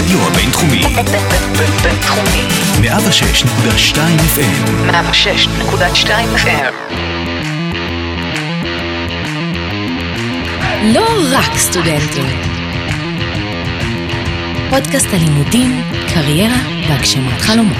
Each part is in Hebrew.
הרדיו הבינתחומי. בינתחומי. 106.2 FM. 106.2 FM. לא רק סטודנטים. פודקאסט הלימודים, קריירה והגשמת חלומות.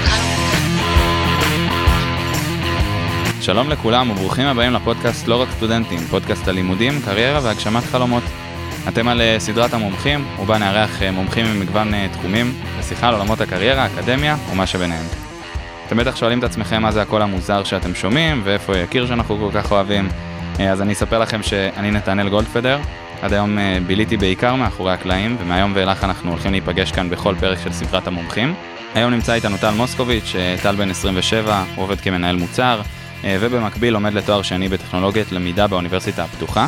שלום לכולם וברוכים הבאים לפודקאסט לא רק סטודנטים, פודקאסט הלימודים, קריירה והגשמת חלומות. אתם על סדרת המומחים, ובה נארח מומחים ממגוון תחומים, לשיחה על עולמות הקריירה, האקדמיה ומה שביניהם. אתם בטח שואלים את עצמכם מה זה הקול המוזר שאתם שומעים, ואיפה יקיר שאנחנו כל כך אוהבים. אז אני אספר לכם שאני נתנאל גולדפדר, עד היום ביליתי בעיקר מאחורי הקלעים, ומהיום ואילך אנחנו הולכים להיפגש כאן בכל פרק של סדרת המומחים. היום נמצא איתנו טל מוסקוביץ', טל בן 27, הוא עובד כמנהל מוצר, ובמקביל לומד לתואר שני בטכנולוגיית למידה באוניברסיטה הפתוחה.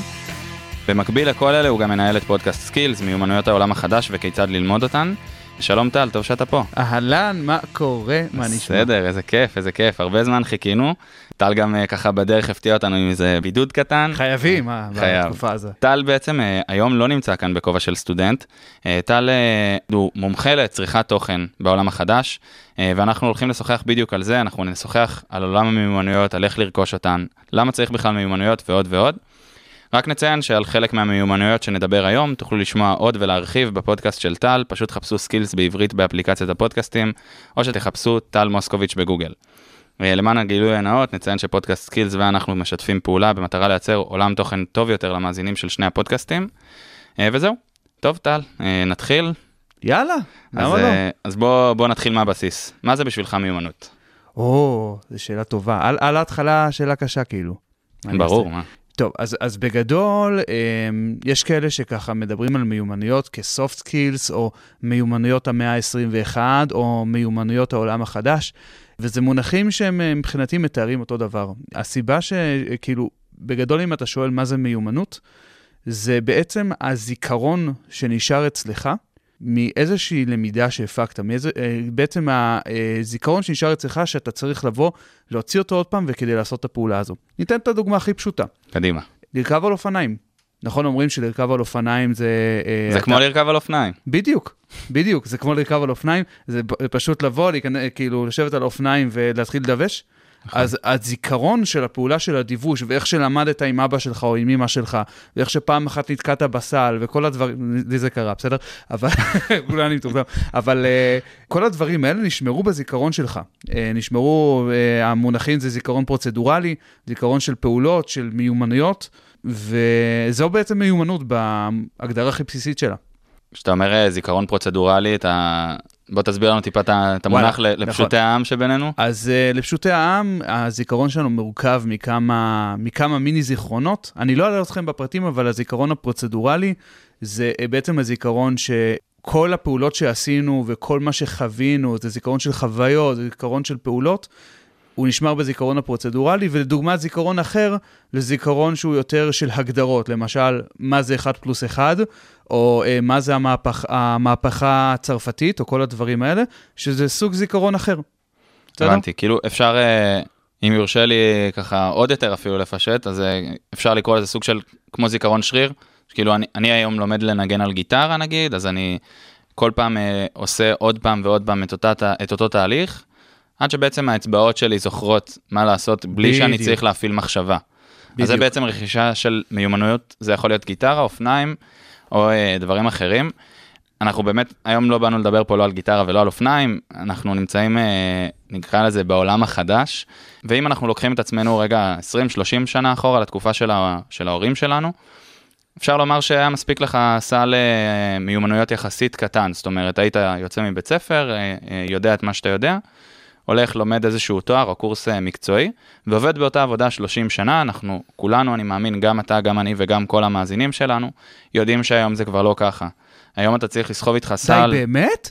במקביל לכל אלה הוא גם מנהל את פודקאסט סקילס, מיומנויות העולם החדש וכיצד ללמוד אותן. שלום טל, טוב שאתה פה. אהלן, מה קורה? מה נשמע? בסדר, איזה כיף, הרבה זמן חיכינו. טל גם ככה בדרך הפתיע אותנו עם איזה בידוד קטן. חייבים, בתקופה הזו. טל בעצם היום לא נמצא כאן בכובע של סטודנט. טל הוא מומחה לצריכת תוכן בעולם החדש, ואנחנו הולכים לשוחח בדיוק על זה. אנחנו נשוחח על עולם המיומנויות, על איך לרכוש אותן, למה צריך בכלל מיומנויות ועוד ועוד. רק נציין שעל חלק מהמיומנויות שנדבר היום, תוכלו לשמוע עוד ולהרחיב בפודקאסט של טל, פשוט חפשו סקילס בעברית באפליקציית הפודקאסטים, או שתחפשו טל מוסקוביץ' בגוגל. למען הגילוי הנאות, נציין שפודקאסט סקילס ואנחנו משתפים פעולה במטרה לייצר עולם תוכן טוב יותר למאזינים של שני הפודקאסטים. וזהו, טוב טל, נתחיל. יאללה, למה לא? אז בוא נתחיל מהבסיס. מה זה בשבילך מיומנות? זו שאלה טובה. על ההתחלה שאלה קשה כאילו. ברור, מה? טוב, אז בגדול, יש כאלה שככה מדברים על מיומנויות כסופט סקילס, או מיומנויות המאה ה-21, או מיומנויות העולם החדש, וזה מונחים שהם מבחינתי מתארים אותו דבר. הסיבה שכאילו, בגדול אם אתה שואל מה זה מיומנות, זה בעצם הזיכרון שנשאר אצלך, מאיזושהי למידה שהפקת, בעצם הזיכרון שנשאר אצלך שאתה צריך לבוא, להוציא אותו עוד פעם וכדי לעשות את הפעולה הזו. ניתן את הדוגמה הכי פשוטה. קדימה. לרכב על אופניים. נכון, אומרים שלרכב על אופניים זה... זה כמו לרכב על אופניים. בדיוק, זה כמו לרכב על אופניים, זה פשוט לבוא, כאילו לשבת על אופניים ולהתחיל לדווש. אז הזיכרון של הפעולה של הדיווש, ואיך שלמדת עם אבא שלך או עם אמא שלך, ואיך שפעם אחת נתקעת בסל, וכל הדברים, לי זה קרה, בסדר? אבל, אבל כל הדברים האלה נשמרו בזיכרון שלך. נשמרו, המונחים זה זיכרון פרוצדורלי, זיכרון של פעולות, של מיומנויות, וזו בעצם מיומנות בהגדרה הכי בסיסית שלה. כשאתה אומר זיכרון פרוצדורלי, בוא תסביר לנו טיפה את המונח לפשוטי העם שבינינו. אז לפשוטי העם, הזיכרון שלנו מורכב מכמה מיני זיכרונות. אני לא אעלה אתכם בפרטים, אבל הזיכרון הפרוצדורלי זה בעצם הזיכרון שכל הפעולות שעשינו וכל מה שחווינו, זה זיכרון של חוויות, זה זיכרון של פעולות, הוא נשמר בזיכרון הפרוצדורלי, ולדוגמת זיכרון אחר, לזיכרון שהוא יותר של הגדרות, למשל, מה זה 1+1, או מה זה המהפכה הצרפתית, או כל הדברים האלה, שזה סוג זיכרון אחר. הבנתי, כאילו אפשר, אם יורשה לי ככה עוד יותר אפילו לפשט, אז אפשר לקרוא לזה סוג של כמו זיכרון שריר, כאילו אני היום לומד לנגן על גיטרה נגיד, אז אני כל פעם עושה עוד פעם ועוד פעם את אותו תהליך, עד שבעצם האצבעות שלי זוכרות מה לעשות בלי שאני צריך להפעיל מחשבה. אז זה בעצם רכישה של מיומנויות, זה יכול להיות גיטרה, אופניים, או דברים אחרים. אנחנו באמת, היום לא באנו לדבר פה לא על גיטרה ולא על אופניים, אנחנו נמצאים, נקרא לזה, בעולם החדש, ואם אנחנו לוקחים את עצמנו רגע 20-30 שנה אחורה לתקופה של ההורים שלנו, אפשר לומר שהיה מספיק לך סל מיומנויות יחסית קטן, זאת אומרת, היית יוצא מבית ספר, יודע את מה שאתה יודע, הולך, לומד איזשהו תואר או קורס מקצועי, ועובד באותה עבודה 30 שנה, אנחנו כולנו, אני מאמין, גם אתה, גם אני וגם כל המאזינים שלנו, יודעים שהיום זה כבר לא ככה. היום אתה צריך לסחוב איתך סל. די, באמת?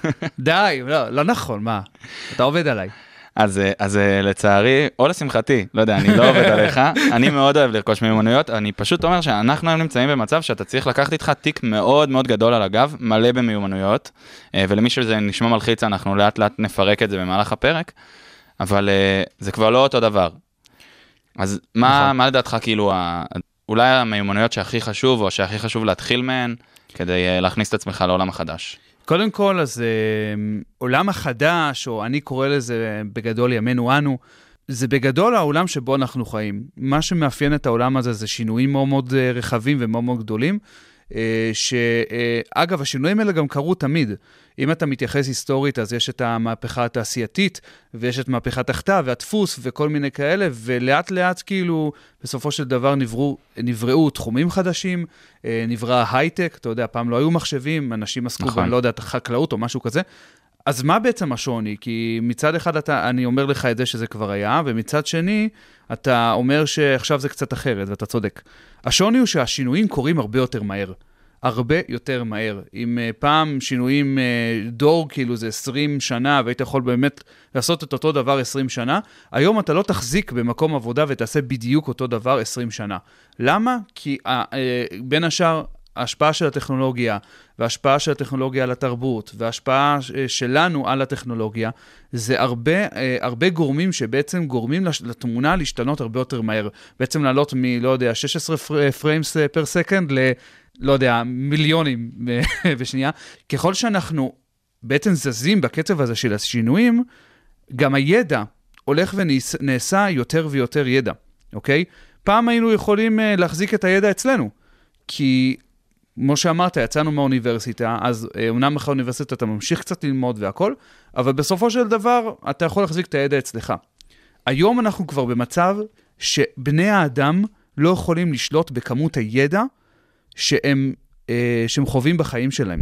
די, לא נכון, מה? אתה עובד עליי. אז לצערי, או לשמחתי, לא יודע, אני לא עובד עליך, אני מאוד אוהב לרכוש מיומנויות, אני פשוט אומר שאנחנו היום נמצאים במצב שאתה צריך לקחת איתך תיק מאוד מאוד גדול על הגב, מלא במיומנויות, ולמי שזה נשמע מלחיץ, אנחנו לאט לאט נפרק את זה במהלך הפרק, אבל זה כבר לא אותו דבר. אז מה לדעתך כאילו, אולי המיומנויות שהכי חשוב, או שהכי חשוב להתחיל מהן, כדי להכניס את עצמך לעולם החדש? קודם כל, אז עולם החדש, או אני קורא לזה בגדול ימינו אנו, זה בגדול העולם שבו אנחנו חיים. מה שמאפיין את העולם הזה זה שינויים מאוד מאוד רחבים ומאוד מאוד גדולים, שאגב, השינויים האלה גם קרו תמיד. אם אתה מתייחס היסטורית, אז יש את המהפכה התעשייתית, ויש את מהפכת הכתב והדפוס וכל מיני כאלה, ולאט לאט כאילו, בסופו של דבר נבראו תחומים חדשים, נברא הייטק, אתה יודע, פעם לא היו מחשבים, אנשים עסקו נכון. לא יודע, חקלאות או משהו כזה. אז מה בעצם השוני? כי מצד אחד אני אומר לך את זה שזה כבר היה, ומצד שני אתה אומר שעכשיו זה קצת אחרת, ואתה צודק. השוני הוא שהשינויים קורים הרבה יותר מהר. הרבה יותר מהר. אם פעם שינויים דור, כאילו זה 20 שנה, והיית יכול באמת לעשות את אותו דבר 20 שנה, היום אתה לא תחזיק במקום עבודה ותעשה בדיוק אותו דבר 20 שנה. למה? כי בין השאר, ההשפעה של הטכנולוגיה, וההשפעה של הטכנולוגיה על התרבות, וההשפעה שלנו על הטכנולוגיה, זה הרבה גורמים שבעצם גורמים לתמונה להשתנות הרבה יותר מהר. בעצם לעלות לא יודע, 16 פריימס פר סקנד לא יודע, מיליונים בשנייה. ככל שאנחנו בעצם זזים בקצב הזה של השינויים, גם הידע הולך ונעשה יותר ויותר ידע, אוקיי? פעם היינו יכולים להחזיק את הידע אצלנו, כי כמו שאמרת, יצאנו מהאוניברסיטה, אז אומנם אחרי האוניברסיטה אתה ממשיך קצת ללמוד והכל, אבל בסופו של דבר אתה יכול להחזיק את הידע אצלך. היום אנחנו כבר במצב שבני האדם לא יכולים לשלוט בכמות הידע שהם חווים בחיים שלהם.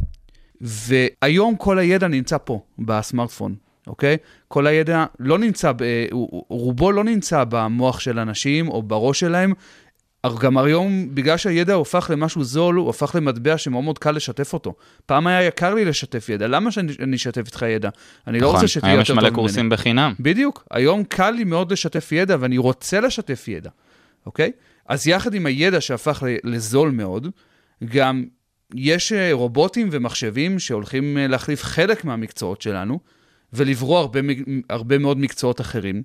והיום כל הידע נמצא פה, בסמארטפון, אוקיי? כל הידע לא נמצא, רובו לא נמצא במוח של אנשים או בראש שלהם, גם היום, בגלל שהידע הופך למשהו זול, הוא הופך למטבע שמאוד מאוד קל לשתף אותו. פעם היה יקר לי לשתף ידע. למה שאני אשתף איתך ידע? אני לא רוצה שתהיה יותר טוב ממני. היום יש מלא קורסים בחינם. בדיוק. היום קל לי מאוד לשתף ידע, ואני רוצה לשתף ידע. אוקיי? אז יחד עם הידע שהפך לזול מאוד, גם יש רובוטים ומחשבים שהולכים להחליף חלק מהמקצועות שלנו, ולברוא הרבה מאוד מקצועות אחרים.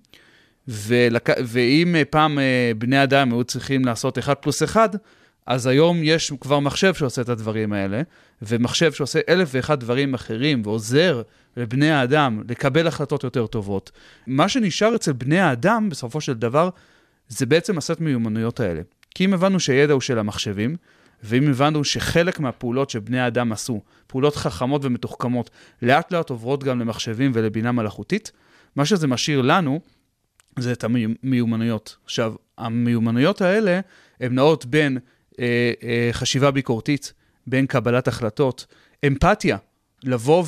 ואם פעם בני אדם היו צריכים לעשות 1+1, אז היום יש כבר מחשב שעושה את הדברים האלה, ומחשב שעושה 1,001 דברים אחרים, ועוזר לבני האדם לקבל החלטות יותר טובות. מה שנשאר אצל בני האדם, בסופו של דבר, זה בעצם הסט מיומנויות האלה. כי אם הבנו שהידע הוא של המחשבים, ואם הבנו שחלק מהפעולות שבני האדם עשו, פעולות חכמות ומתוחכמות, לאט לאט עוברות גם למחשבים ולבינה מלאכותית, מה שזה משאיר לנו, זה את המיומנויות. עכשיו, המיומנויות האלה, הן נעות בין חשיבה ביקורתית, בין קבלת החלטות, אמפתיה, לבוא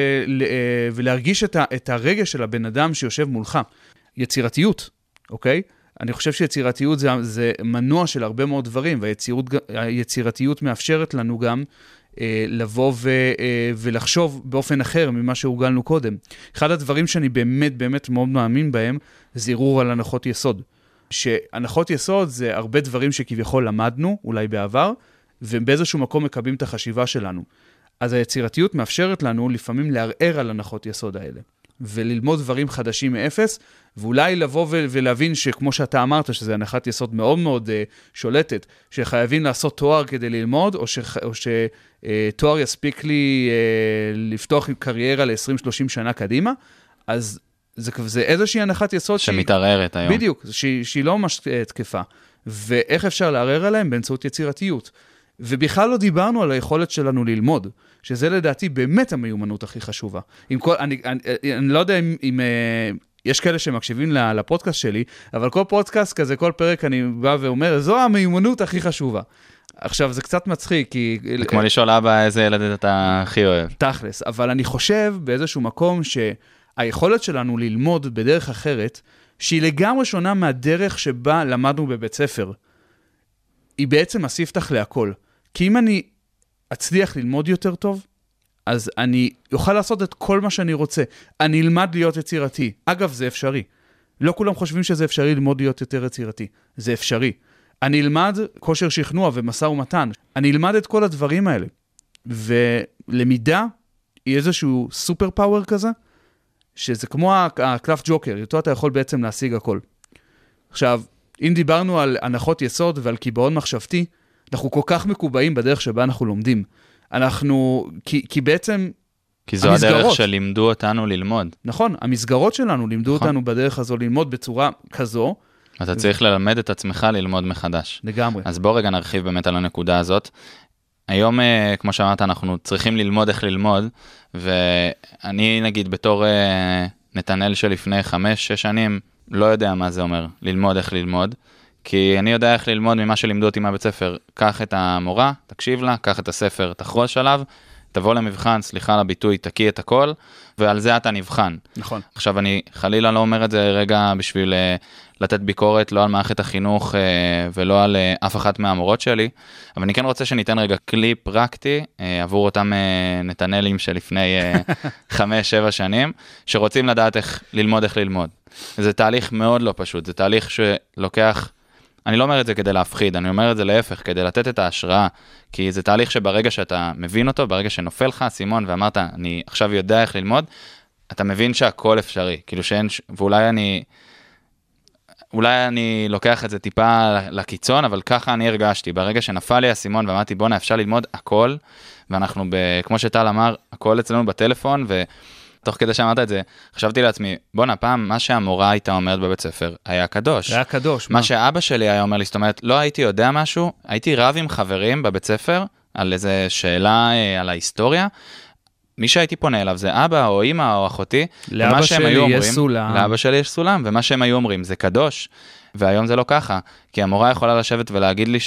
ולהרגיש את הרגש של הבן אדם שיושב מולך. יצירתיות, אוקיי? אני חושב שיצירתיות זה מנוע של הרבה מאוד דברים, והיצירתיות מאפשרת לנו גם לבוא ולחשוב באופן אחר ממה שהורגלנו קודם. אחד הדברים שאני באמת מאוד מאמין בהם, זה ערעור על הנחות יסוד. שהנחות יסוד זה הרבה דברים שכביכול למדנו, אולי בעבר, ובאיזשהו מקום מקבלים את החשיבה שלנו. אז היצירתיות מאפשרת לנו לפעמים לערער על הנחות יסוד האלה. וללמוד דברים חדשים מאפס, ואולי לבוא ולהבין שכמו שאתה אמרת, שזה הנחת יסוד מאוד מאוד שולטת, שחייבים לעשות תואר כדי ללמוד, או שתואר יספיק לי לפתוח קריירה ל-20-30 שנה קדימה, אז זה איזושהי הנחת יסוד שמתערערת היום. בדיוק, שהיא לא ממש תקפה. ואיך אפשר לערער עליהם? באמצעות יצירתיות. ובכלל לא דיברנו על היכולת שלנו ללמוד, שזה לדעתי באמת המיומנות הכי חשובה. אני לא יודע אם יש כאלה שמקשיבים לפודקאסט שלי, אבל כל פודקאסט כזה, כל פרק אני בא ואומר, זו המיומנות הכי חשובה. עכשיו, זה קצת מצחיק, כי... זה כמו לשאול אבא איזה ילד אתה הכי אוהב. תכלס, אבל אני חושב באיזשהו מקום שהיכולת שלנו ללמוד בדרך אחרת, שהיא לגמרי שונה מהדרך שבה למדנו בבית ספר, היא בעצם הספתח להכל. כי אם אני אצליח ללמוד יותר טוב, אז אני אוכל לעשות את כל מה שאני רוצה. אני אלמד להיות יצירתי. אגב, זה אפשרי. לא כולם חושבים שזה אפשרי ללמוד להיות יותר יצירתי. זה אפשרי. אני אלמד כושר שכנוע ומשא ומתן. אני אלמד את כל הדברים האלה. ולמידה היא איזשהו סופר פאוור כזה, שזה כמו הקלף ג'וקר. איתו אתה יכול בעצם להשיג הכל. עכשיו, אם דיברנו על הנחות יסוד ועל קיבעון מחשבתי, אנחנו כל כך מקובעים בדרך שבה אנחנו לומדים. כי בעצם כי זו הדרך שלימדו אותנו ללמוד. נכון, המסגרות שלנו לימדו אותנו בדרך הזו ללמוד בצורה כזו. אתה צריך ללמד את עצמך ללמוד מחדש. לגמרי. אז בוא רגע נרחיב באמת על הנקודה הזאת. היום, כמו שאמרת, אנחנו צריכים ללמוד איך ללמוד, ואני נגיד בתור נתנאל שלפני 5-6 שנים, לא יודע מה זה אומר, ללמוד איך ללמוד, כי אני יודע איך ללמוד ממה שלימדו אותי מהבית ספר. קח את המורה, תקשיב לה, קח את הספר, תחרוש עליו, תבוא למבחן, סליחה על הביטוי, תקיא את הכל, ועל זה אתה נבחן. נכון. עכשיו, אני חלילה לא אומר את זה רגע בשביל לתת ביקורת, לא על מערכת החינוך ולא על אף אחת מהמורות שלי, אבל אני כן רוצה שניתן רגע כלי פרקטי עבור אותם נתנאלים שלפני 5-7 שנים, שרוצים לדעת איך ללמוד. זה תהליך מאוד לא פשוט, זה תהליך שלוקח, אני לא אומר את זה כדי להפחיד, אני אומר את זה להפך, כדי לתת את ההשראה, כי זה תהליך שברגע שאתה מבין אותו, ברגע שנופל לך, סימון, ואמרת, אני עכשיו יודע איך ללמוד, אתה מבין שהכל אפשרי, כאילו שאין, אולי אני לוקח את זה טיפה לקיצון, אבל ככה אני הרגשתי, ברגע שנפל לי הסימון, ואמרתי, בוא'נה, אפשר ללמוד הכל, ואנחנו, כמו שטל אמר, הכל אצלנו בטלפון, תוך כדי שאמרת את זה, חשבתי לעצמי, בוא'נה, פעם מה שהמורה הייתה אומרת בבית ספר, היה קדוש. היה קדוש. מה שאבא שלי היה אומר לי, זאת אומרת, לא הייתי יודע משהו, הייתי רב עם חברים בבית ספר, על איזה שאלה על ההיסטוריה, מי שהייתי פונה אליו זה אבא או אמא או אחותי, לאבא שלי יש סולם. לאבא שלי יש סולם, ומה שהם היו אומרים, זה קדוש, והיום זה לא ככה, כי המורה יכולה לשבת ולהגיד לי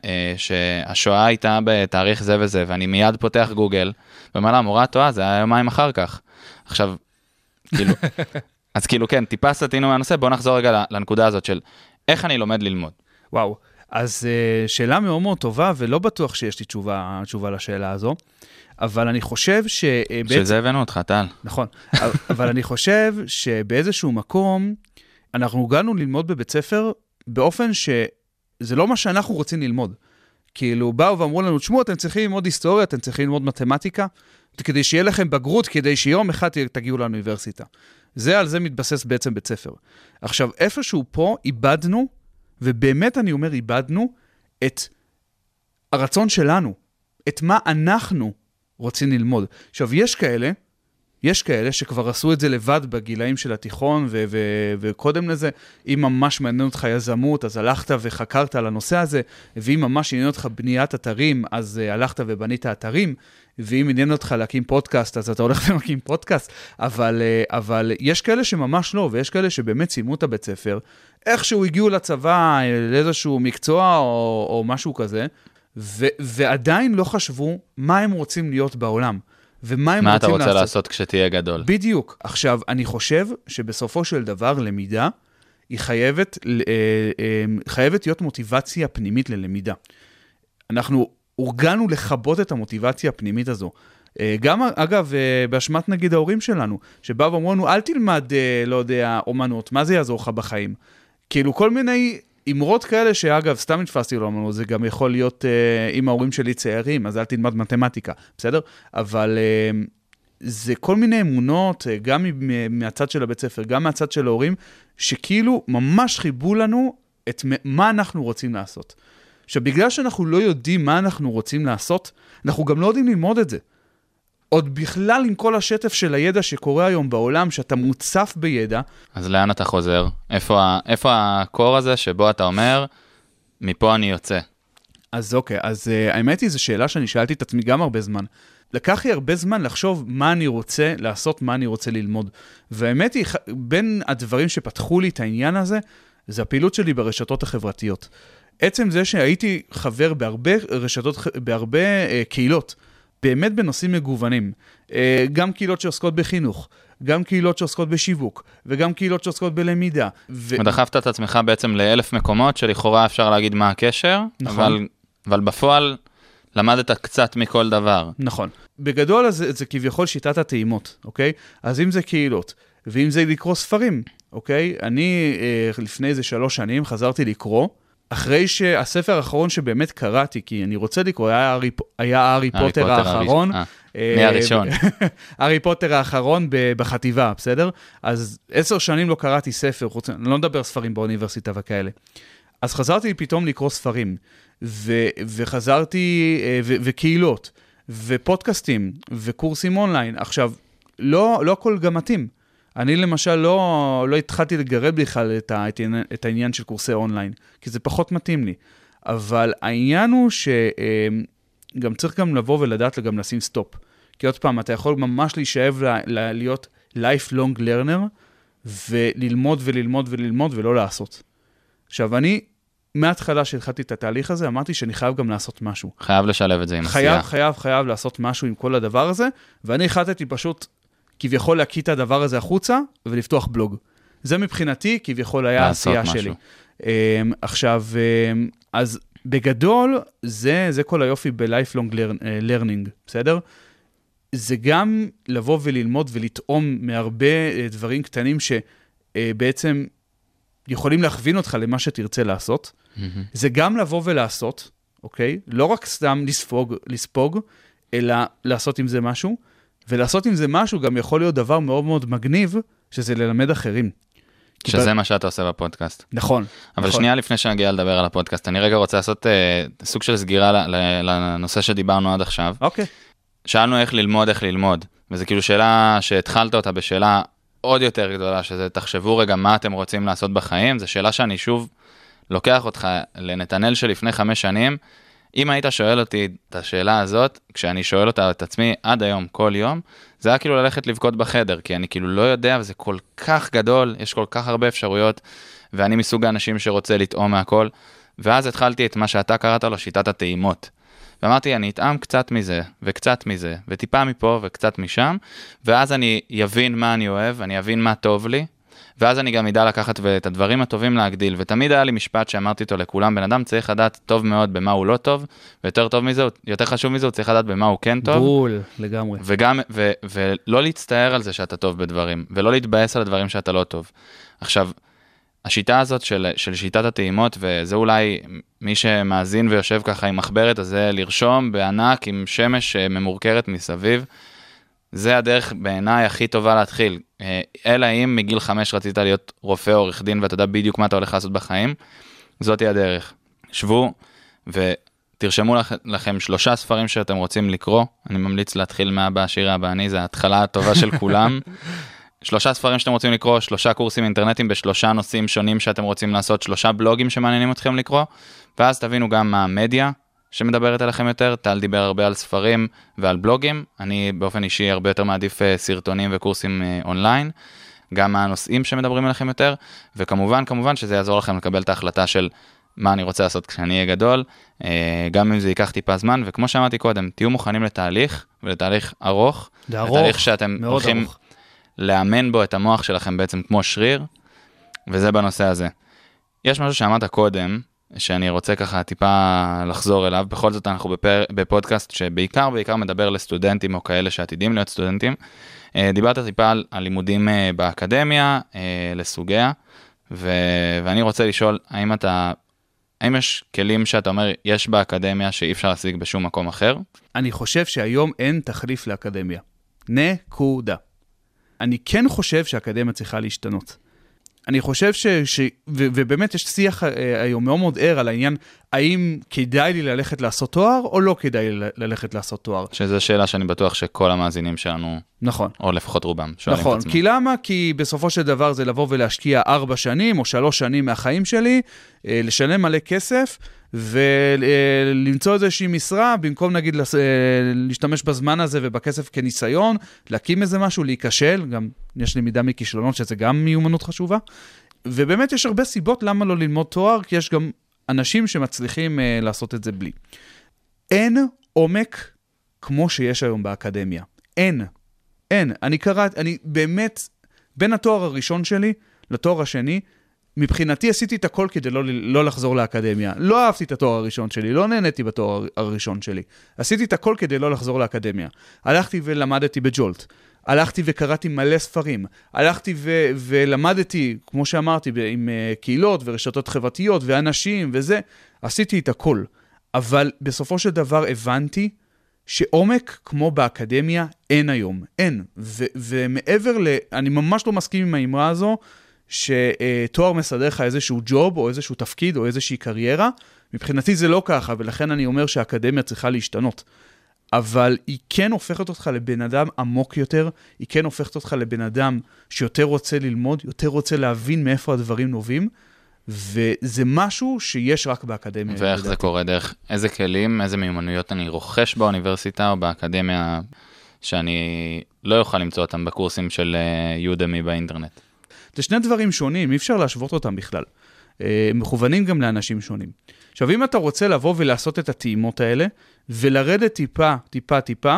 שהשואה הייתה בתאריך זה וזה, ואני מיד פותח גוגל, ואומר לה, המורה טועה, זה היה יומיים אחר כך. עכשיו, כאילו, אז כאילו כן, טיפה סטינו מהנושא, בואו נחזור רגע לנקודה הזאת של איך אני לומד ללמוד. וואו, אז שאלה מאוד מאוד טובה, ולא בטוח שיש לי תשובה לשאלה הזו, אבל אני חושב שזה הבאנו אותך, טל. נכון, אבל אני חושב שבאיזשהו מקום, אנחנו הגענו ללמוד בבית ספר, באופן שזה לא מה שאנחנו רוצים ללמוד. כאילו, באו ואמרו לנו, תשמעו, אתם צריכים ללמוד היסטוריה, אתם צריכים ללמוד מתמטיקה, כדי שיהיה לכם בגרות, כדי שיום אחד תגיעו לאוניברסיטה. על זה מתבסס בעצם בית ספר. עכשיו, איפשהו פה איבדנו, ובאמת אני אומר איבדנו, את הרצון שלנו, את מה אנחנו רוצים ללמוד. עכשיו, יש כאלה שכבר עשו את זה לבד בגילאים של התיכון, וקודם לזה, אם ממש מעניין אותך יזמות, אז הלכת וחקרת על הנושא הזה, ואם ממש עניין אותך בניית אתרים, אז הלכת ובנית אתרים, ואם עניין אותך להקים פודקאסט, אז אתה הולך ומקים פודקאסט, אבל יש כאלה שממש לא, ויש כאלה שבאמת סיימו את הבית ספר, איכשהו הגיעו לצבא לאיזשהו מקצוע או משהו כזה, ועדיין לא חשבו מה הם רוצים להיות בעולם. מה אתה רוצה לעשות כשתהיה גדול? בדיוק. עכשיו, אני חושב שבסופו של דבר למידה, היא חייבת להיות מוטיבציה פנימית ללמידה. אנחנו הורגלנו לחבות את המוטיבציה הפנימית הזו. גם, אגב, באשמת נגיד ההורים שלנו, שבאו ואמרו לנו, אל תלמד, לא יודע, אומנות, מה זה יעזור לך בחיים? כאילו, כל מיני אמרות כאלה שאגב, סתם נתפסתי לו, אמרנו, זה גם יכול להיות עם ההורים שלי צעירים, אז אל תלמד מתמטיקה, בסדר? אבל זה כל מיני אמונות, גם מהצד של הבית ספר, גם מהצד של ההורים, שכאילו ממש חיבו לנו את מה אנחנו רוצים לעשות. עכשיו, בגלל שאנחנו לא יודעים מה אנחנו רוצים לעשות, אנחנו גם לא יודעים ללמוד את זה. עוד בכלל עם כל השטף של הידע שקורה היום בעולם, שאתה מוצף בידע. אז לאן אתה חוזר? איפה הקור הזה שבו אתה אומר, מפה אני יוצא? אז אוקיי, אז האמת היא, זו שאלה שאני שאלתי את עצמי גם הרבה זמן. לקח לי הרבה זמן לחשוב מה אני רוצה לעשות, מה אני רוצה ללמוד. והאמת היא, בין הדברים שפתחו לי את העניין הזה, זה הפעילות שלי ברשתות החברתיות. עצם זה שהייתי חבר בהרבה רשתות, בהרבה קהילות, באמת בנושאים מגוונים. גם קהילות שעוסקות בחינוך, גם קהילות שעוסקות בשיווק, וגם קהילות שעוסקות בלמידה. ודחפת את עצמך בעצם ל1,000 מקומות, שלכאורה אפשר להגיד מה הקשר, נכון. אבל בפועל למדת קצת מכל דבר. נכון. בגדול זה כביכול שיטת הטעימות, אוקיי? אז אם זה קהילות, ואם זה לקרוא ספרים, אוקיי? אני לפני איזה 3 שנים חזרתי לקרוא, אחרי שהספר האחרון שבאמת קראתי, כי אני רוצה לקרוא, היה הארי פוטר האחרון. מי הראשון? הארי פוטר האחרון בחטיבה, בסדר? אז 10 שנים לא קראתי ספר, אני לא מדבר ספרים באוניברסיטה וכאלה. אז חזרתי פתאום לקרוא ספרים, וחזרתי, וקהילות, ופודקאסטים, וקורסים אונליין. עכשיו, לא הכל גם מתאים. אני למשל לא התחלתי לגרד בכלל את העניין של קורסי אונליין, כי זה פחות מתאים לי. אבל העניין הוא שגם צריך גם לבוא ולדעת גם לשים סטופ. כי עוד פעם, אתה יכול ממש להישאב להיות lifelong learner, וללמוד וללמוד וללמוד ולא לעשות. עכשיו, אני, מההתחלה שהתחלתי את התהליך הזה, אמרתי שאני חייב גם לעשות משהו. חייב לשלב את זה עם עשייה. חייב לעשות משהו עם כל הדבר הזה, ואני החלטתי פשוט כביכול להקיא את הדבר הזה החוצה, ולפתוח בלוג. זה מבחינתי כביכול היה העשייה שלי. עכשיו, אז בגדול, זה כל היופי ב-lifelong learning, בסדר? זה גם לבוא וללמוד ולטעום מהרבה דברים קטנים שבעצם יכולים להכווין אותך למה שתרצה לעשות. זה גם לבוא ולעשות, אוקיי? לא רק סתם לספוג, אלא לעשות עם זה משהו, ולעשות עם זה משהו גם יכול להיות דבר מאוד מאוד מגניב, שזה ללמד אחרים. שזה מה שאתה עושה בפודקאסט. נכון. אבל שנייה לפני שנגיע לדבר על הפודקאסט, אני רגע רוצה לעשות סוג של סגירה לנושא שדיברנו עד עכשיו. אוקיי. שאלנו איך ללמוד, וזה כאילו שאלה שהתחלת אותה בשאלה עוד יותר גדולה, שזה תחשבו רגע מה אתם רוצים לעשות בחיים, זו שאלה שאני שוב לוקח אותך לנתנאל שלפני 5 שנים, אם היית שואל אותי את השאלה הזאת, כשאני שואל אותה את עצמי עד היום, כל יום, זה היה כאילו ללכת לבכות בחדר, כי אני כאילו לא יודע, וזה כל כך גדול, יש כל כך הרבה אפשרויות, ואני מסוג האנשים שרוצה לטעום מהכל, ואז התחלתי את מה שאתה קראת לו, שיטת הטעימות. ואמרתי, אני אטעם קצת מזה, וקצת מזה, וטיפה מפה וקצת משם, ואז אני יבין מה אני אוהב, אני אבין מה טוב לי, ואז אני גם ידע לקחת את הדברים הטובים להגדיל, ותמיד היה לי משפט שאמרתי אותו לכולם, בן אדם צריך לדעת טוב מאוד במה הוא לא טוב, ויותר טוב מזה, יותר חשוב מזה, הוא צריך לדעת במה הוא כן טוב. בול, לגמרי. וגם, ולא להצטער על זה שאתה טוב בדברים, ולא להתבאס על הדברים שאתה לא טוב. עכשיו, השיטה הזאת של שיטת הטעימות, וזה אולי מי שמאזין ויושב ככה עם מחברת, אז זה לרשום בענק עם שמש ממורכרת מסביב, זה הדרך בעיניי הכי טובה להתחיל. אלא אם מגיל 5 רצית להיות רופא או עורך דין, ואתה יודע בדיוק מה אתה הולך לעשות בחיים, זאת היא הדרך. שבו ותרשמו לכם 3 ספרים שאתם רוצים לקרוא, אני ממליץ להתחיל מהבא, שירה הבא אני, זה ההתחלה הטובה של כולם. 3 ספרים שאתם רוצים לקרוא, 3 קורסים אינטרנטיים ב3 נושאים שונים שאתם רוצים לעשות, 3 בלוגים שמעניינים אתכם לקרוא, ואז תבינו גם מה המדיה שמדברת עליכם יותר. טל דיבר הרבה על ספרים ועל בלוגים, אני באופן אישי הרבה יותר מעדיף סרטונים וקורסים אונליין, גם הנושאים שמדברים עליכם יותר, וכמובן שזה יעזור לכם לקבל את ההחלטה של מה אני רוצה לעשות כשאני אהיה גדול, גם אם זה ייקח טיפה זמן, וכמו שאמרתי קודם, תהיו מוכנים לתהליך, ולתהליך ארוך, לתהליך שאתם הולכים לאמן בו את המוח שלכם בעצם כמו שריר, וזה בנושא הזה. יש משהו שאמרת קודם, שאני רוצה ככה טיפה לחזור אליו, בכל זאת אנחנו בפודקאסט שבעיקר מדבר לסטודנטים או כאלה שעתידים להיות סטודנטים. דיברת טיפה על לימודים באקדמיה, לסוגיה, ואני רוצה לשאול, האם יש כלים שאתה אומר, יש באקדמיה שאי אפשר להשיג בשום מקום אחר? אני חושב שהיום אין תחליף לאקדמיה. נקודה. אני כן חושב שהאקדמיה צריכה להשתנות. אני חושב ובאמת יש שיח היום מאוד מאוד ער על העניין, האם כדאי לי ללכת לעשות תואר, או לא כדאי לי ללכת לעשות תואר. שזו שאלה שאני בטוח שכל המאזינים שלנו, נכון. או לפחות רובם, שואלים נכון, את עצמם. כי למה? כי בסופו של דבר זה לבוא ולהשקיע 4 שנים, או 3 שנים מהחיים שלי, לשלם מלא כסף, ולמצוא איזושהי משרה, במקום נגיד להשתמש בזמן הזה ובכסף כניסיון, להקים איזה משהו, להיכשל, גם יש למידה מכישלונות, שזה גם מיומנות חשובה, ובאמת יש הרבה סיבות למה לא ללמוד תואר, כי יש גם אנשים שמצליחים לעשות את זה בלי. אין עומק כמו שיש היום באקדמיה. אין. אני באמת, בין התואר הראשון שלי לתואר השני, מבחינתי עשיתי את הכל כדי לא לחזור לאקדמיה. לא אהבתי את התואר הראשון שלי, לא נהניתי בתואר הראשון שלי. עשיתי את הכל כדי לא לחזור לאקדמיה. הלכתי ולמדתי בג'ולט. הלכתי וקראתי מלא ספרים. הלכתי ולמדתי, כמו שאמרתי, עם קהילות ורשתות חברתיות ואנשים וזה. עשיתי את הכל. אבל בסופו של דבר הבנתי שעומק כמו באקדמיה אין היום. אין. ומעבר אני ממש לא מסכים עם האמרה הזו, שתואר מסדר לך איזשהו ג'וב, או איזשהו תפקיד, או איזושהי קריירה. מבחינתי זה לא ככה, ולכן אני אומר שהאקדמיה צריכה להשתנות. אבל היא כן הופכת אותך לבן אדם עמוק יותר, היא כן הופכת אותך לבן אדם שיותר רוצה ללמוד, יותר רוצה להבין מאיפה הדברים נובעים, וזה משהו שיש רק באקדמיה. ואיך זה קורה? דרך איזה כלים, איזה מיומנויות אני רוכש באוניברסיטה או באקדמיה, שאני לא יוכל למצוא אותם בקורסים של יודמי באינטרנט? זה שני דברים שונים, אי אפשר להשוות אותם בכלל. מכוונים גם לאנשים שונים. עכשיו, אם אתה רוצה לבוא ולעשות את הטעימות האלה, ולרדת טיפה,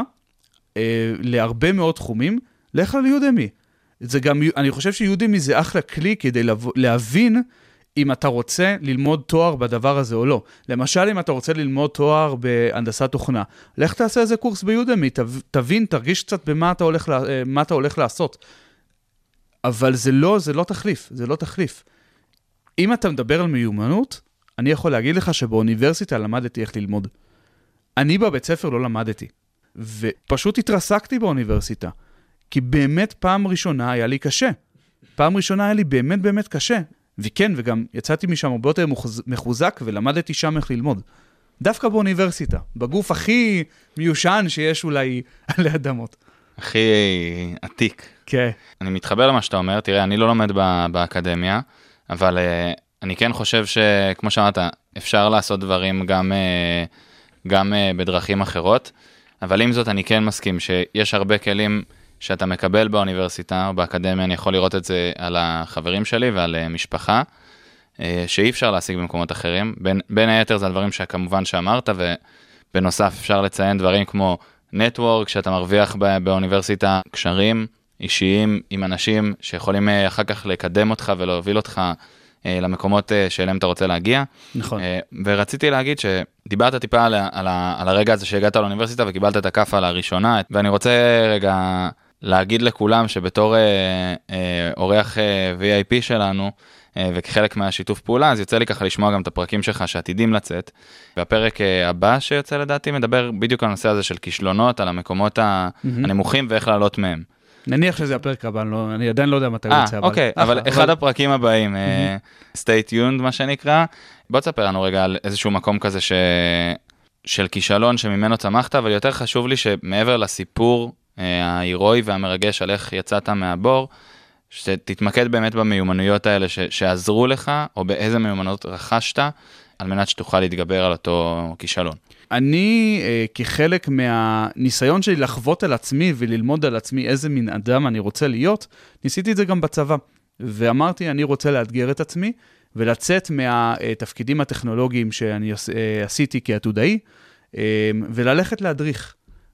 להרבה מאוד תחומים, לך ליודמי. זה גם, אני חושב שיודמי זה אחלה כלי כדי להבין אם אתה רוצה ללמוד תואר בדבר הזה או לא. למשל, אם אתה רוצה ללמוד תואר בהנדסת תוכנה, לך תעשה איזה קורס ביודמי, תבין, תרגיש קצת במה אתה הולך לעשות. אבל זה לא תחליף. אם אתה מדבר על מיומנות, אני יכול להגיד לך שבאוניברסיטה למדתי איך ללמוד. אני בבית ספר לא למדתי, ופשוט התרסקתי באוניברסיטה, כי באמת פעם ראשונה היה לי קשה. פעם ראשונה היה לי באמת קשה. וכן, וגם יצאתי משם הרבה יותר מחוזק, ולמדתי שם איך ללמוד. דווקא באוניברסיטה, בגוף הכי מיושן שיש אולי עלי אדמות. הכי עתיק. כן. אני מתחבר למה שאתה אומר, תראה, אני לא לומד באקדמיה, אבל אני כן חושב שכמו שאמרת, אפשר לעשות דברים גם בדרכים אחרות, אבל עם זאת אני כן מסכים שיש הרבה כלים שאתה מקבל באוניברסיטה או באקדמיה, אני יכול לראות את זה על החברים שלי ועל משפחה, שאי אפשר להשיג במקומות אחרים. בין היתר זה הדברים שכמובן שאמרת, ובנוסף אפשר לציין דברים כמו נטוורק, שאתה מרוויח באוניברסיטה קשרים אישיים עם אנשים שיכולים אחר כך לקדם אותך ולהוביל אותך למקומות שאליהם אתה רוצה להגיע. נכון. ורציתי להגיד שדיברת טיפה על הרגע הזה שהגעת לאוניברסיטה וקיבלת את הכאפה לראשונה, ואני רוצה רגע להגיד לכולם שבתור אורח VIP שלנו, וכחלק מהשיתוף פעולה, אז יוצא לי ככה לשמוע גם את הפרקים שלך שעתידים לצאת, והפרק הבא שיוצא לדעתי מדבר בדיוק על הנושא הזה של כישלונות, על המקומות הנמוכים ואיך לעלות מהם. נניח שזה הפרק הבא, אני עדיין לא יודע מתי הוא יוצא. אוקיי, אבל אחד הפרקים הבאים, stay tuned מה שנקרא, בוא תספר לנו רגע על איזשהו מקום כזה של כישלון שממנו צמחת, אבל יותר חשוב לי שמעבר לסיפור ההירואי והמרגש על איך יצאת מהבור, שתתמקד באמת במיומנויות האלה שעזרו לך, או באיזה מיומנות רכשת, על מנת שתוכל להתגבר על אותו כישלון. אני, כחלק מהניסיון שלי לחוות על עצמי וללמוד על עצמי איזה מין אדם אני רוצה להיות, ניסיתי את זה גם בצבא. ואמרתי, אני רוצה לאתגר את עצמי, ולצאת מהתפקידים הטכנולוגיים שאני עשיתי כעתודאי, וללכת להדריך.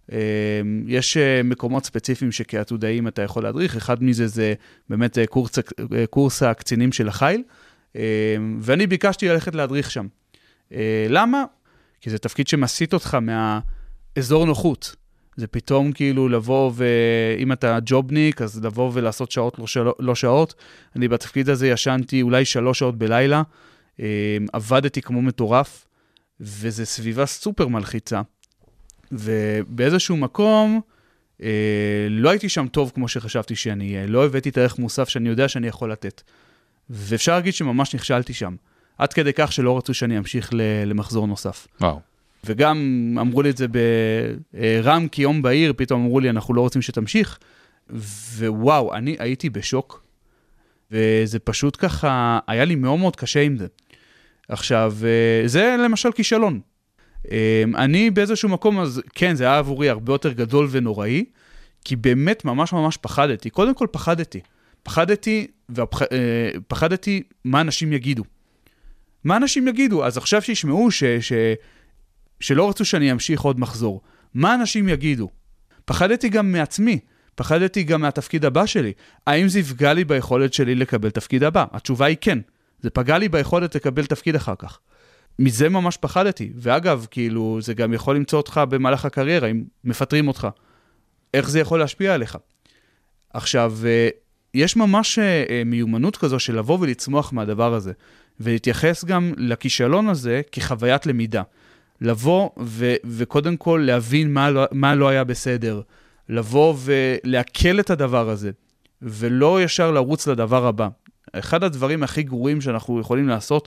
יש מקומות ספציפיים שכעתודאים אתה יכול להדריך, אחד מזה זה באמת קורס הקצינים של החיל, ואני ביקשתי ללכת להדריך שם. למה? כי זה תפקיד שמסיט אותך מהאזור נוחות. זה פתאום כאילו לבוא, ואם אתה ג'ובניק, אז לבוא ולעשות שעות לא שעות. אני בתפקיד הזה ישנתי אולי 3 שעות בלילה, עבדתי כמו מטורף, וזה סביבה סופר מלחיצה. ובאיזשהו מקום, לא הייתי שם טוב כמו שחשבתי שאני אהיה. לא הבאתי את הערך מוסף שאני יודע שאני יכול לתת. ואפשר להגיד שממש נכשלתי שם. עד כדי כך שלא רצו שאני אמשיך למחזור נוסף. וואו. וגם אמרו לי את זה ברם כיום בעיר, פתאום אמרו לי, אנחנו לא רוצים שתמשיך. ווואו, אני הייתי בשוק. וזה פשוט ככה, היה לי מאוד מאוד קשה עם זה. עכשיו, זה למשל כישלון. אני באיזשהו מקום, אז כן, זה היה עבורי הרבה יותר גדול ונוראי, כי באמת ממש ממש פחדתי. קודם כל פחדתי מה אנשים יגידו. מה אנשים יגידו? אז עכשיו שישמעו שלא רצו שאני אמשיך עוד מחזור. מה אנשים יגידו? פחדתי גם מעצמי, פחדתי גם מהתפקיד הבא שלי. האם זה יפגע לי ביכולת שלי לקבל תפקיד הבא? התשובה היא כן. זה פגע לי ביכולת לקבל תפקיד אחר כך. מזה ממש פחדתי. ואגב, כאילו, זה גם יכול למצוא אותך במהלך הקריירה, אם מפטרים אותך. איך זה יכול להשפיע עליך? עכשיו, יש ממש מיומנות כזו של לבוא ולצמוח מהדבר הזה, ולהתייחס גם לכישלון הזה כחוויית למידה. לבוא וקודם כל להבין מה לא היה בסדר, לבוא ולהקל את הדבר הזה, ולא ישר לרוץ לדבר הבא. אחד הדברים הכי גרועים שאנחנו יכולים לעשות,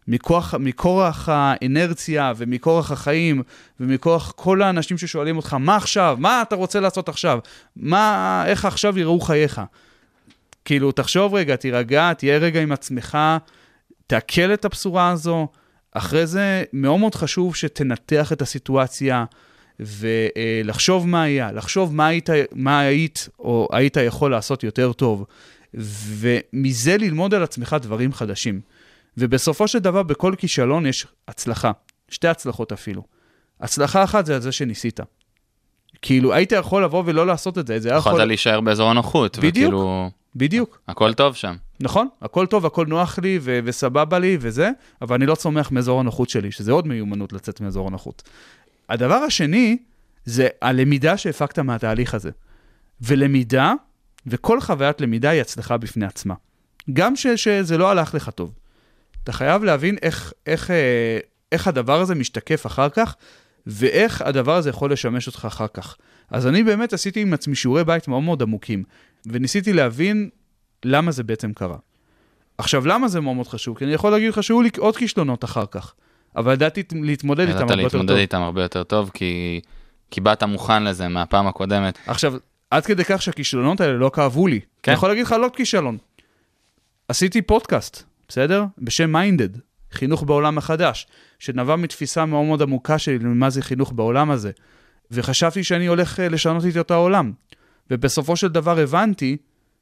מכורח האנרציה ומכורח החיים ומכורח כל האנשים ששואלים אותך, מה עכשיו? מה אתה רוצה לעשות עכשיו? איך עכשיו יראו חייך? כאילו, תחשוב רגע, תירגע, תהיה רגע עם עצמך, תעכל את הבשורה הזו. אחרי זה מאוד מאוד חשוב שתנתח את הסיטואציה ולחשוב מה היה, לחשוב מה היית או היית יכול לעשות יותר טוב, ומזה ללמוד על עצמך דברים חדשים. ובסופו של דבר, בכל כישלון יש הצלחה. 2 הצלחות אפילו. הצלחה אחת זה על זה שניסית. כאילו, היית יכול לבוא ולא לעשות את זה. יכולת להישאר באזור הנוחות. בדיוק, בדיוק. הכל טוב שם. נכון, הכל טוב, הכל נוח לי וסבבה לי וזה, אבל אני לא צומח מאזור הנוחות שלי, שזה עוד מיומנות לצאת מאזור הנוחות. הדבר השני, זה הלמידה שהפקת מהתהליך הזה. ולמידה, וכל חוויית למידה היא הצלחה בפני עצמה. גם שזה לא הלך לך טוב. אתה חייב להבין איך הדבר הזה משתקף אחר כך, ואיך הדבר הזה יכול לשמש אותך אחר כך. אז אני באמת עשיתי עם עצמי שיעורי בית מאוד מאוד עמוקים, וניסיתי להבין למה זה בעצם קרה. עכשיו, למה זה מאוד מאוד חשוב? כי אני יכול להגיד לך שהיו לי עוד כישלונות אחר כך, אבל ידעתי להתמודד איתם הרבה יותר טוב. ידעת להתמודד איתם הרבה יותר טוב, כי באת מוכן לזה מהפעם הקודמת. עכשיו, עד כדי כך שהכישלונות האלה לא כאבו לי. כן. אני יכול להגיד לך לא כישלון. עשיתי פודקאסט, בסדר? בשם Minded, חינוך בעולם החדש, שנבע מתפיסה מאוד מאוד עמוקה שלי למה זה חינוך בעולם הזה. וחשבתי שאני הולך לשנות איתי את העולם. ובסופו של דבר הבנתי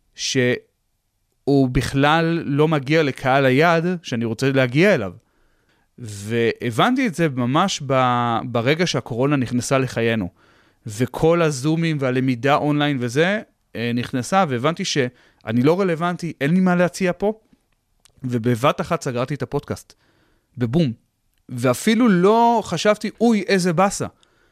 שהוא בכלל לא מגיע לקהל היעד שאני רוצה להגיע אליו. והבנתי את זה ממש ברגע שהקורונה נכנסה לחיינו. וכל הזומים והלמידה אונליין וזה נכנסה, והבנתי שאני לא רלוונטי, אין לי מה להציע פה, ובבת אחת סגרתי את הפודקאסט. בבום. ואפילו לא חשבתי, אוי, איזה בסה.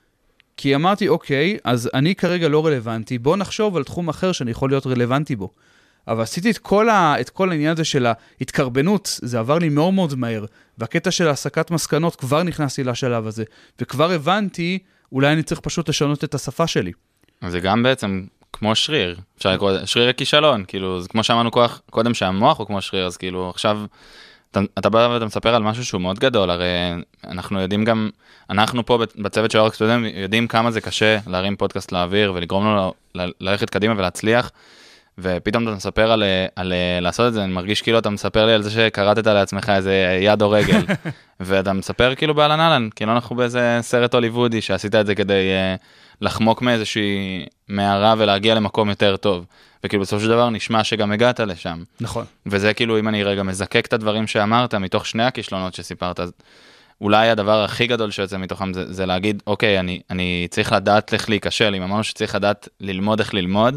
כי אמרתי, אוקיי, אז אני כרגע לא רלוונטי, בוא נחשוב על תחום אחר שאני יכול להיות רלוונטי בו. אבל עשיתי את כל העניין הזה של ההתקרבנות, זה עבר לי מאוד מאוד מהר, והקטע של העסקת מסקנות כבר נכנסתי לשלב הזה, וכבר הבנתי, אולי אני צריך פשוט לשנות את השפה שלי. זה גם בעצם כמו שריר, אפשר לקרוא, שריר הכישלון, כאילו, זה כמו שאמרנו קודם שהמוח הוא כמו שריר, אז כאילו עכשיו, אתה בא ואתה מספר על משהו שהוא מאוד גדול, הרי אנחנו יודעים גם, אנחנו פה בצוות של אורק סטודנט, יודעים כמה זה קשה להרים פודקאסט לאוויר, ולגרום לו ללכת קדימה ולהצליח, ופתאום אתה מספר על לעשות את זה, אני מרגיש כאילו אתה מספר לי על זה שקראתת לעצמך איזה יד או רגל, ואתה מספר כאילו באלן אלן, כאילו אנחנו באיזה סרט הוליוודי שעשית את זה כדי לחמוק מאיזושהי מערה ולהגיע למקום יותר טוב, וכאילו בסופו של דבר נשמע שגם הגעת לשם. נכון. וזה כאילו אם אני רגע מזקק את הדברים שאמרת מתוך 2 הכישלונות שסיפרת, אז אולי הדבר הכי גדול שיוצא מתוכם זה להגיד, אוקיי, אני צריך לדעת איך להיכשל, אם אמרנו שצריך לדעת ללמוד איך ללמוד,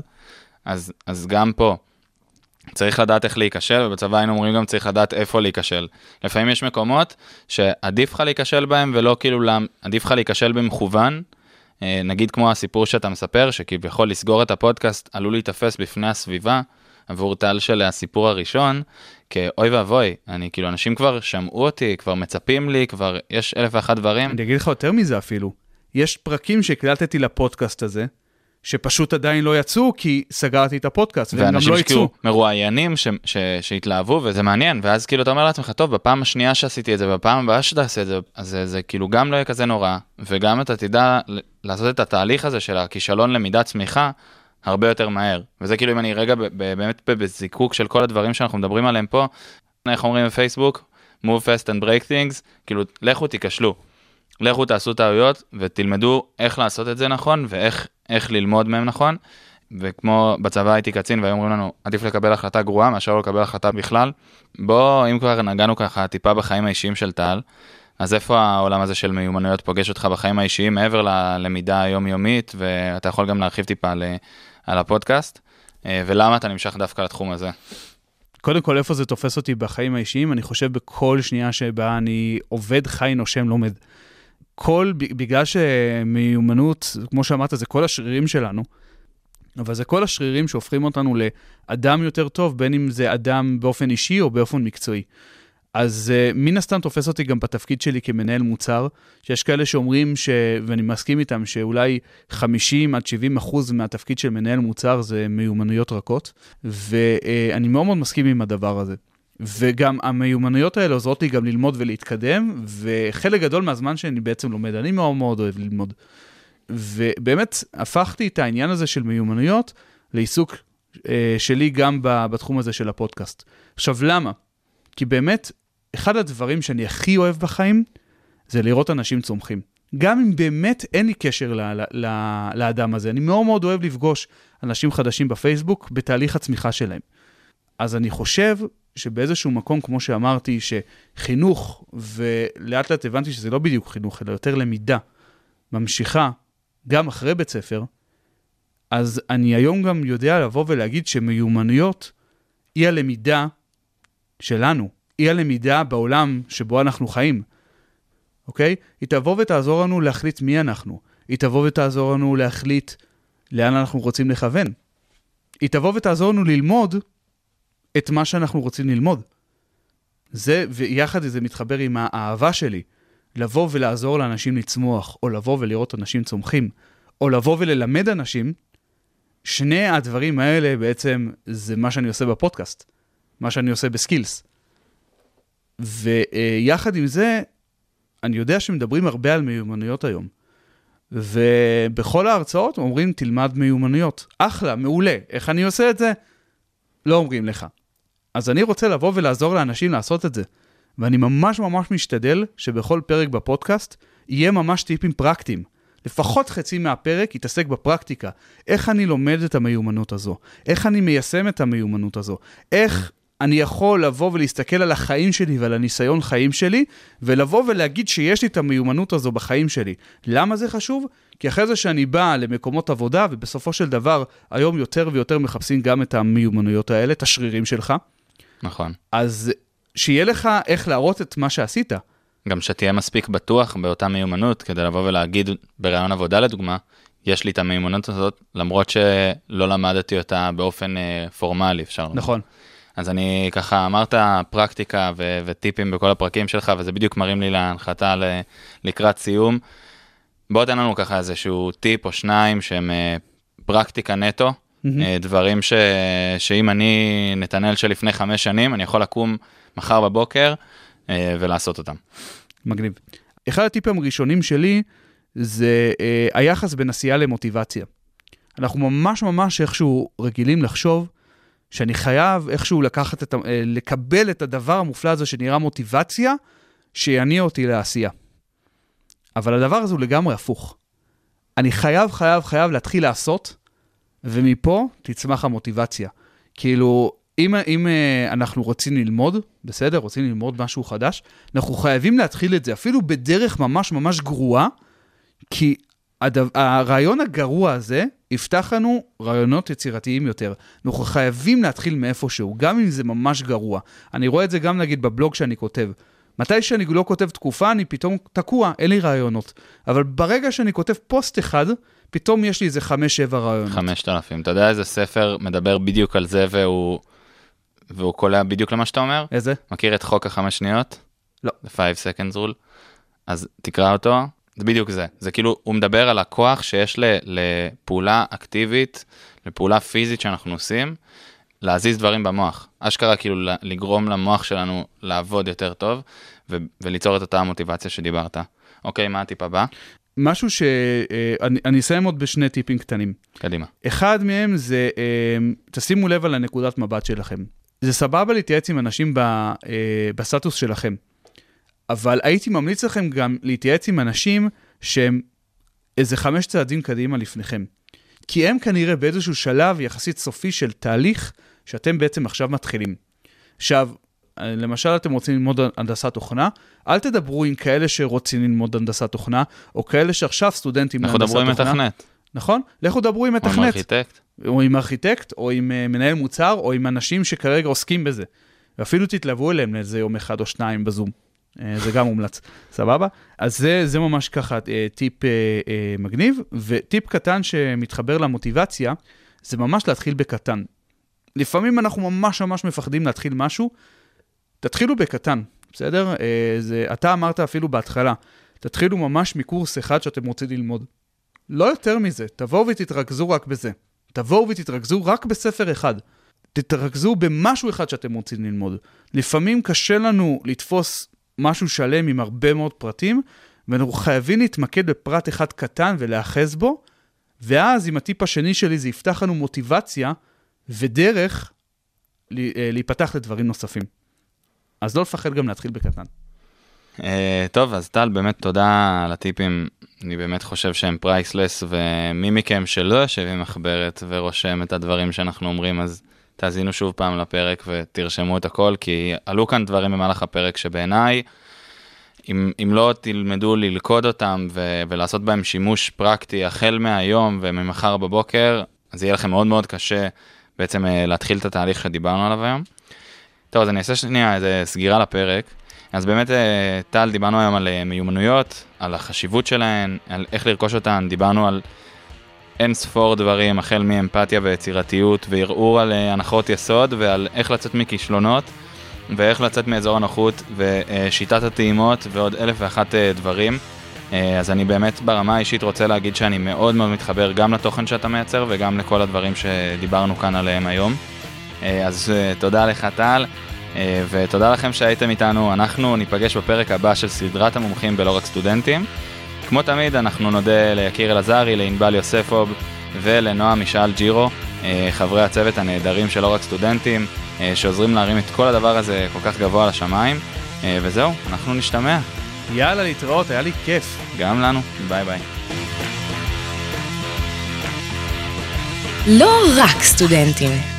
אז גם פה צריך לדעת איך להיכשל, ובצבא היינו אומרים גם צריך לדעת איפה להיכשל. לפעמים יש מקומות שעדיף לך להיכשל בהם, ולא כאילו, עדיף לך להיכשל במכוון, נגיד כמו הסיפור שאתה מספר, שכביכול לסגור את הפודקאסט עלול להתאפס בפני הסביבה, עבור טל של הסיפור הראשון, כאוי ואבוי, כאילו אנשים כבר שמעו אותי, כבר מצפים לי, כבר יש 1,001 דברים. אני אגיד לך יותר מזה אפילו, יש פרקים שהקלטתי לפודקאסט הזה, שפשוט עדיין לא יצאו, כי סגרתי את הפודקאסט, והם גם לא יצאו. ואנשים שכאילו מרואיינים שהתלהבו, וזה מעניין, ואז כאילו אתה אומר לעצמך, טוב, בפעם השנייה שעשיתי את זה, בפעם הבאה שתעשה את זה, אז זה כאילו גם לא יהיה כזה נורא, וגם אתה תדע לעשות את התהליך הזה של הכישלון למידת צמיחה, הרבה יותר מהר. וזה כאילו אם אני רגע באמת בזיקוק של כל הדברים שאנחנו מדברים עליהם פה, איך אומרים בפייסבוק, move fast and break things, כאילו לכו תיכשלו. לכו תעשו טעויות ותלמדו איך לעשות את זה נכון ואיך ללמוד מהם נכון. וכמו בצבא הייתי קצין והיום אומרים לנו, עדיף לקבל החלטה גרועה מאשר לא לקבל החלטה בכלל. בוא, אם כבר נגענו ככה טיפה בחיים האישיים של טל, אז איפה העולם הזה של מיומנויות פוגש אותך בחיים האישיים מעבר ללמידה היומיומית, ואתה יכול גם להרחיב טיפה על הפודקאסט, ולמה אתה נמשך דווקא לתחום הזה? קודם כל, איפה זה תופס אותי בחיים האישיים? אני חושב בכל שנייה שבה אני עובד, חי, נושם, לומד. בגלל שמיומנות, כמו שאמרת, זה כל השרירים שלנו, אבל זה כל השרירים שהופכים אותנו לאדם יותר טוב, בין אם זה אדם באופן אישי או באופן מקצועי. אז מן הסתם תופס אותי גם בתפקיד שלי כמנהל מוצר, שיש כאלה שאומרים, ואני מסכים איתם, שאולי 50-70% מהתפקיד של מנהל מוצר זה מיומנויות רכות, ואני מאוד מאוד מסכים עם הדבר הזה. וגם המיומנויות האלה עוזרות לי גם ללמוד ולהתקדם, וחלק גדול מהזמן שאני בעצם לומד, אני מאוד מאוד אוהב ללמוד. ובאמת הפכתי את העניין הזה של מיומנויות לעיסוק שלי גם בתחום הזה של הפודקאסט. עכשיו, למה? כי באמת, אחד הדברים שאני הכי אוהב בחיים, זה לראות אנשים צומחים. גם אם באמת אין לי קשר לאדם הזה. אני מאוד מאוד אוהב לפגוש אנשים חדשים בפייסבוק בתהליך הצמיחה שלהם. אז אני חושב שבאיזשהו מקום, כמו שאמרתי, שחינוך, ולאט לאט הבנתי שזה לא בדיוק חינוך, אלא יותר למידה, ממשיכה, גם אחרי בית ספר, אז אני היום גם יודע לבוא ולהגיד שמיומנויות היא הלמידה שלנו, היא הלמידה בעולם שבו אנחנו חיים. אוקיי? היא תבוא ותעזור לנו להחליט מי אנחנו. היא תבוא ותעזור לנו להחליט לאן אנחנו רוצים לכוון. היא תבוא ותעזור לנו ללמוד את מה שאנחנו רוצים ללמוד. זה, ויחד זה מתחבר עם האהבה שלי, לבוא ולעזור לאנשים לצמוח, או לבוא ולראות אנשים צומחים, או לבוא וללמד אנשים, שני הדברים האלה בעצם זה מה שאני עושה בפודקאסט, מה שאני עושה בסקילס. ויחד עם זה, אני יודע שמדברים הרבה על מיומנויות היום. ובכל ההרצאות אומרים, תלמד מיומנויות. אחלה, מעולה. איך אני עושה את זה? לא אומרים לך. אז אני רוצה לבוא ולעזור לאנשים לעשות את זה. ואני ממש ממש משתדל שבכל פרק בפודקאסט יהיה ממש טיפים פרקטיים. לפחות חצי מהפרק יתעסק בפרקטיקה. איך אני לומד את המיומנות הזו? איך אני מיישם את המיומנות הזו? איך אני יכול לבוא ולהסתכל על החיים שלי ועל הניסיון חיים שלי, ולבוא ולהגיד שיש לי את המיומנות הזו בחיים שלי. למה זה חשוב? כי אחרי זה שאני בא למקומות עבודה, ובסופו של דבר היום יותר ויותר מחפשים גם את המיומנויות האלה, את השרירים שלך. נכון. אז שיהיה לך איך להראות את מה שעשית. גם שתהיה מספיק בטוח באותה מיומנות, כדי לבוא ולהגיד ברעיון עבודה לדוגמה, יש לי את המיומנות הזאת, למרות שלא למדתי אותה באופן פורמלי, אפשר לומר. נכון. אז אני ככה אמרת פרקטיקה וטיפים בכל הפרקים שלך, וזה בדיוק מרים לי להנחתה לקראת סיום. בוא תן לנו ככה איזשהו טיפ או שניים שהם פרקטיקה נטו, דברים שאם אני נתנאל של לפני 5 שנים, אני יכול לקום מחר בבוקר ולעשות אותם. מגניב. אחד הטיפים הראשונים שלי זה היחס בין עשייה למוטיבציה. אנחנו ממש ממש איכשהו רגילים לחשוב שאני חייב איכשהו לקבל את הדבר המופלא הזה שנראה מוטיבציה, שיניע אותי לעשייה. אבל הדבר הזה הוא לגמרי הפוך. אני חייב להתחיל לעשות, ומפה תצמח המוטיבציה. כאילו, אם אנחנו רוצים ללמוד, בסדר, רוצים ללמוד משהו חדש, אנחנו חייבים להתחיל את זה, אפילו בדרך ממש ממש גרועה, כי הרעיון הגרוע הזה יפתח לנו רעיונות יצירתיים יותר. אנחנו חייבים להתחיל מאיפשהו, גם אם זה ממש גרוע. אני רואה את זה גם נגיד בבלוג שאני כותב. מתי שאני לא כותב תקופה, אני פתאום תקוע, אין לי רעיונות. אבל ברגע שאני כותב פוסט אחד, פתאום יש לי איזה 5-7 רעיונות. 5,000. אתה יודע איזה ספר מדבר בדיוק על זה, והוא קולע בדיוק למה שאתה אומר? איזה? מכיר את חוק ה5 שניות? לא. The 5 seconds rule. אז תקרא אותו. זה בדיוק זה. זה כאילו, הוא מדבר על הכוח שיש לפעולה אקטיבית, לפעולה פיזית שאנחנו עושים, להזיז דברים במוח. אשכרה כאילו לגרום למוח שלנו לעבוד יותר טוב, וליצור את אותה המוטיבציה שדיברת. אוקיי, מה הטיפ הבא? משהו שאני אסיים עוד בשני טיפים קטנים. קדימה. אחד מהם זה, תשימו לב על הנקודת מבט שלכם. זה סבבה להתייעץ עם אנשים בסטטוס שלכם. אבל הייתי ממליץ לכם גם להתייעץ עם אנשים שהם איזה 5 צעדים קדימה לפניכם. כי הם כנראה באיזשהו שלב יחסית סופי של תהליך שאתם בעצם עכשיו מתחילים. עכשיו, למשל אתם רוצים ללמוד הנדסת תוכנה, אל תדברו עם כאלה שרוצים ללמוד הנדסת תוכנה, או כאלה שעכשיו סטודנטים להנדסת תוכנה. אנחנו דברו עם מתכנת. נכון? לכו דברו עם מתכנת. או עם ארכיטקט. או עם ארכיטקט, או עם מנהל מוצר, או עם אנשים שכרגע עוסקים בזה. ואפילו תתלוו אליהם לאיזה יום 1 או 2 בזום. זה גם מומלץ. סבבה? אז זה ממש ככה טיפ מגניב, וטיפ קטן שמתחבר למוטיבציה, זה ממש להתחיל בקטן. לפעמים אנחנו ממש ממש מפחדים להתחיל משהו, תתחילו בקטן, בסדר? אתה אמרת אפילו בהתחלה, תתחילו ממש מקורס אחד שאתם רוצים ללמוד. לא יותר מזה, תבואו ותתרכזו רק בזה. תבואו ותתרכזו רק בספר אחד. תתרכזו במשהו אחד שאתם רוצים ללמוד. לפעמים קשה לנו לתפוס משהו שלם עם הרבה מאוד פרטים, ואנחנו חייבים להתמקד בפרט אחד קטן ולאחז בו, ואז עם הטיפ השני שלי זה יפתח לנו מוטיבציה ודרך להיפתח לדברים נוספים. אז לא לפחד גם להתחיל בקטן. טוב, אז טל, באמת תודה על הטיפים. אני באמת חושב שהם פרייסלס, ומי מכם שלא יושב עם מחברת ורושם את הדברים שאנחנו אומרים, אז תאזינו שוב פעם לפרק ותרשמו את הכל, כי עלו כאן דברים במהלך הפרק שבעיניי, אם לא תלמדו ללכוד אותם ולעשות בהם שימוש פרקטי החל מהיום וממחר בבוקר, אז יהיה לכם מאוד מאוד קשה בעצם להתחיל את התהליך שדיברנו עליו היום. טוב, אז אני אעשה שנייה איזה סגירה לפרק. אז באמת, טל, דיברנו היום על מיומנויות, על החשיבות שלהן, על איך לרכוש אותן, דיברנו על אין ספור דברים, החל מאמפתיה ויצירתיות, וערעור על הנחות יסוד, ועל איך לצאת מכישלונות, ואיך לצאת מאזור הנוחות, ושיטת הטעימות, ועוד 1,001 דברים. אז אני באמת ברמה האישית רוצה להגיד שאני מאוד מאוד מתחבר גם לתוכן שאתה מייצר, וגם לכל הדברים שדיברנו כאן עליהם היום. אז תודה לך, טל. ותודה לכם שהייתם איתנו. אנחנו ניפגש בפרק הבא של סדרת המומחים בלא רק סטודנטים. כמו תמיד אנחנו נודה ליקיר אלעזרי, לענבל יוספוב ולנועם משאל ג'ירו, חברי הצוות הנהדרים של לא רק סטודנטים, שעוזרים להרים את כל הדבר הזה כל כך גבוה לשמיים. וזהו, אנחנו נשתמע. יאללה, להתראות, היה לי כיף. גם לנו, ביי ביי. לא רק סטודנטים.